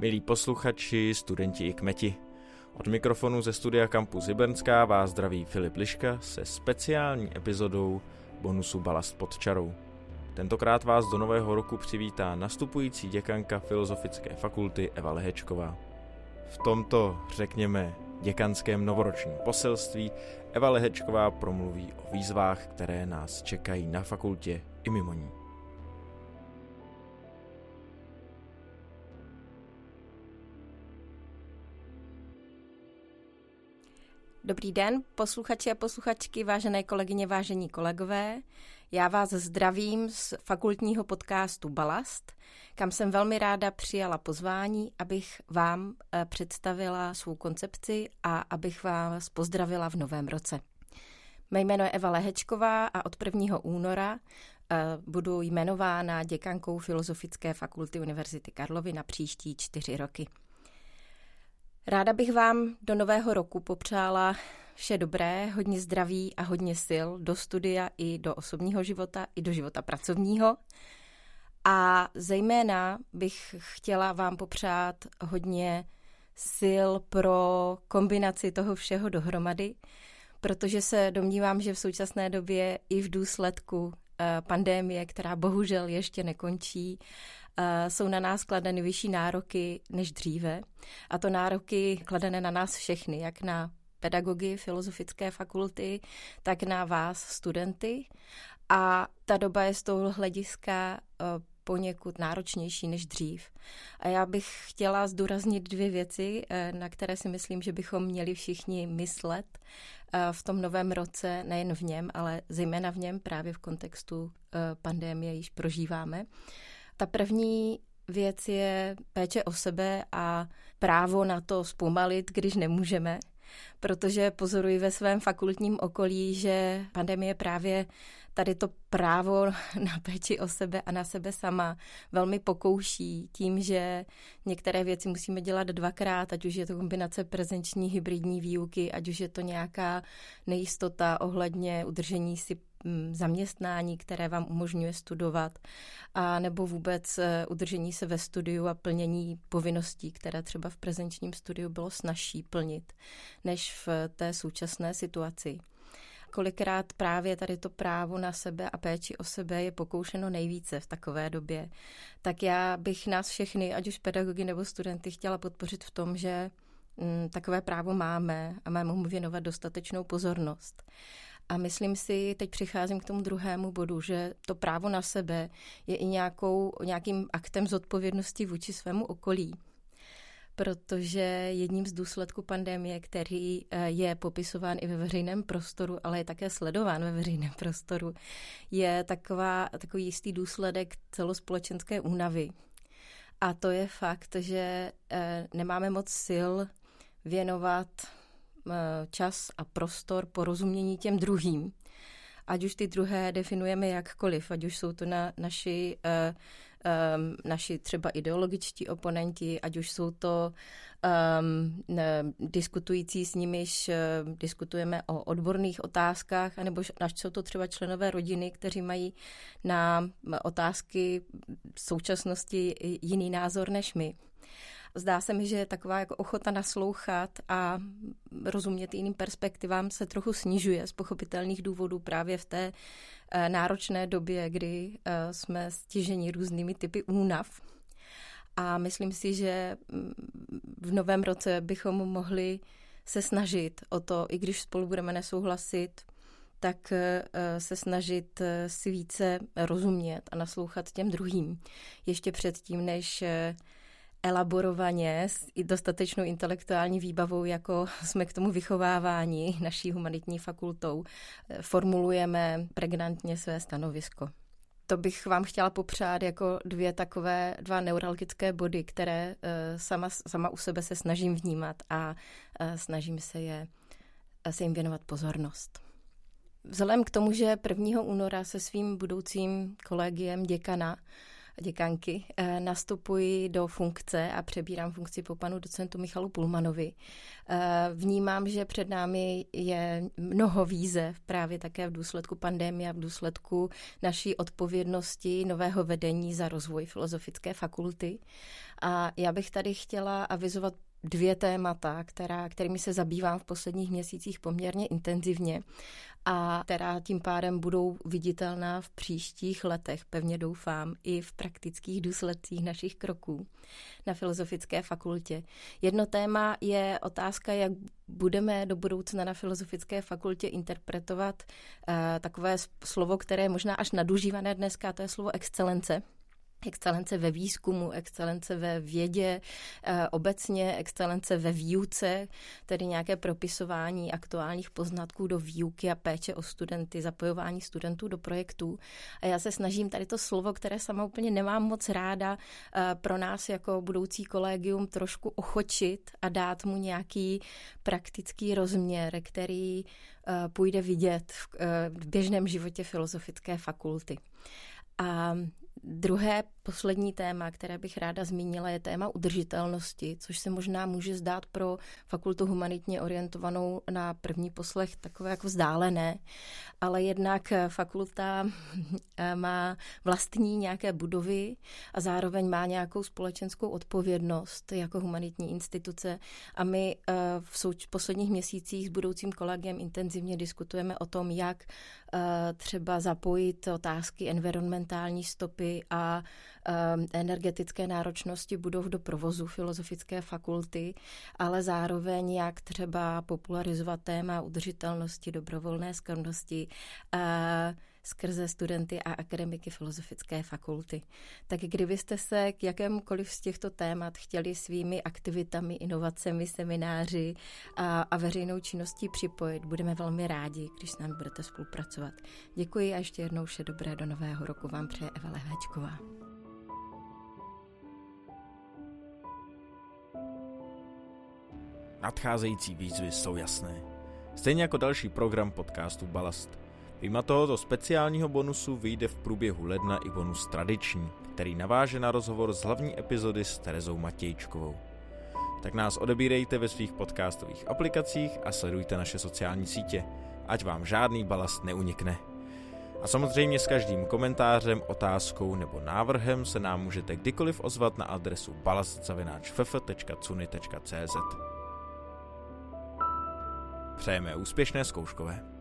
Milí posluchači, studenti i kmeti. Od mikrofonu ze studia Campus Hybernská vás zdraví Filip Liška se speciální epizodou bonusu Balast pod čarou. Tentokrát vás do nového roku přivítá nastupující děkanka Filozofické fakulty Eva Lehečková. V tomto, řekněme, děkanském novoročním poselství Eva Lehečková promluví o výzvách, které nás čekají na fakultě i mimo ní. Dobrý den, posluchači a posluchačky, vážené kolegyně, vážení kolegové. Já vás zdravím z fakultního podcastu Balast, kam jsem velmi ráda přijala pozvání, abych vám představila svou koncepci a abych vás pozdravila v novém roce. Mé jméno je Eva Lehečková a od 1. února budu jmenována děkankou Filozofické fakulty Univerzity Karlovy na příští 4 roky. Ráda bych vám do nového roku popřála vše dobré, hodně zdraví a hodně sil do studia i do osobního života, i do života pracovního. A zejména bych chtěla vám popřát hodně sil pro kombinaci toho všeho dohromady, protože se domnívám, že v současné době i v důsledku pandemie, která bohužel ještě nekončí, jsou na nás kladeny vyšší nároky než dříve. A to nároky kladené na nás všechny, jak na pedagogy Filozofické fakulty, tak na vás, studenty. A ta doba je z toho hlediska poněkud náročnější než dřív. A já bych chtěla zdůraznit 2 věci, na které si myslím, že bychom měli všichni myslet v tom novém roce, nejen v něm, ale zejména v něm právě v kontextu pandemie již prožíváme. Ta první věc je péče o sebe a právo na to zpomalit, když nemůžeme, protože pozoruji ve svém fakultním okolí, že pandemie právě tady to právo na péči o sebe a na sebe sama velmi pokouší tím, že některé věci musíme dělat 2krát, ať už je to kombinace prezenční, hybridní výuky, ať už je to nějaká nejistota ohledně udržení si zaměstnání, které vám umožňuje studovat, a nebo vůbec udržení se ve studiu a plnění povinností, které třeba v prezenčním studiu bylo snazší plnit, než v té současné situaci. Kolikrát právě tady to právo na sebe a péči o sebe je pokoušeno nejvíce v takové době. Tak já bych nás všechny, ať už pedagogy nebo studenty, chtěla podpořit v tom, že takové právo máme a máme mu věnovat dostatečnou pozornost. A myslím si, teď přicházím k tomu druhému bodu, že to právo na sebe je i nějakým aktem zodpovědnosti vůči svému okolí. Protože jedním z důsledků pandemie, který je popisován i ve veřejném prostoru, ale je také sledován ve veřejném prostoru, je takový jistý důsledek celospolečenské únavy. A to je fakt, že nemáme moc sil věnovat čas a prostor porozumění těm druhým. Ať už ty druhé definujeme jakkoliv, ať už jsou to naši třeba ideologičtí oponenti, ať už jsou to diskutující s nimiž diskutujeme o odborných otázkách, anebo až jsou to třeba členové rodiny, kteří mají na otázky současnosti jiný názor než my. Zdá se mi, že taková jako ochota naslouchat a rozumět jiným perspektivám se trochu snižuje z pochopitelných důvodů právě v té náročné době, kdy jsme stiženi různými typy únav. A myslím si, že v novém roce bychom mohli se snažit o to, i když spolu budeme nesouhlasit, tak se snažit si více rozumět a naslouchat těm druhým. Ještě předtím, než elaborovaně s dostatečnou intelektuální výbavou, jako jsme k tomu vychováváni naší humanitní fakultou, formulujeme pregnantně své stanovisko. To bych vám chtěla popřát jako 2 neuralgické body, které sama u sebe se snažím vnímat a snažím se jim věnovat pozornost. Vzhledem k tomu, že 1. února se svým budoucím kolegiem děkana děkanky, nastupuji do funkce a přebírám funkci po panu docentu Michalu Pulmanovi. Vnímám, že před námi je mnoho výzev právě také v důsledku pandemie a v důsledku naší odpovědnosti nového vedení za rozvoj Filozofické fakulty. A já bych tady chtěla avizovat 2 témata, kterými se zabývám v posledních měsících poměrně intenzivně a která tím pádem budou viditelná v příštích letech, pevně doufám, i v praktických důsledcích našich kroků na Filozofické fakultě. Jedno téma je otázka, jak budeme do budoucna na Filozofické fakultě interpretovat takové slovo, které je možná až nadužívané dneska, to je slovo excelence. Excelence ve výzkumu, excelence ve vědě, obecně excelence ve výuce, tedy nějaké propisování aktuálních poznatků do výuky a péče o studenty, zapojování studentů do projektů. A já se snažím tady to slovo, které sama úplně nemám moc ráda, pro nás jako budoucí kolegium trošku ochočit a dát mu nějaký praktický rozměr, který půjde vidět v běžném životě Filozofické fakulty. A druhé, poslední téma, které bych ráda zmínila, je téma udržitelnosti, což se možná může zdát pro fakultu humanitně orientovanou na první poslech takové jako vzdálené, ale jednak fakulta má vlastní nějaké budovy a zároveň má nějakou společenskou odpovědnost jako humanitní instituce a my v posledních měsících s budoucím kolegiem intenzivně diskutujeme o tom, jak třeba zapojit otázky environmentální stopy a energetické náročnosti budov do provozu Filozofické fakulty, ale zároveň jak třeba popularizovat téma udržitelnosti, dobrovolné skromnosti skrze studenty a akademiky Filozofické fakulty. Tak kdybyste se k jakémkoliv z těchto témat chtěli svými aktivitami, inovacemi, semináři a veřejnou činností připojit, budeme velmi rádi, když s námi budete spolupracovat. Děkuji a ještě jednou vše dobré do nového roku vám přeje Eva Lehvéčková. Nadcházející výzvy jsou jasné. Stejně jako další program podcastu Balast. Vyjma tohoto speciálního bonusu vyjde v průběhu ledna i bonus tradiční, který naváže na rozhovor z hlavní epizody s Terezou Matějčkovou. Tak nás odebírejte ve svých podcastových aplikacích a sledujte naše sociální sítě, ať vám žádný balast neunikne. A samozřejmě s každým komentářem, otázkou nebo návrhem se nám můžete kdykoliv ozvat na adresu balast@ff.cuny.cz. Přejeme úspěšné zkouškové.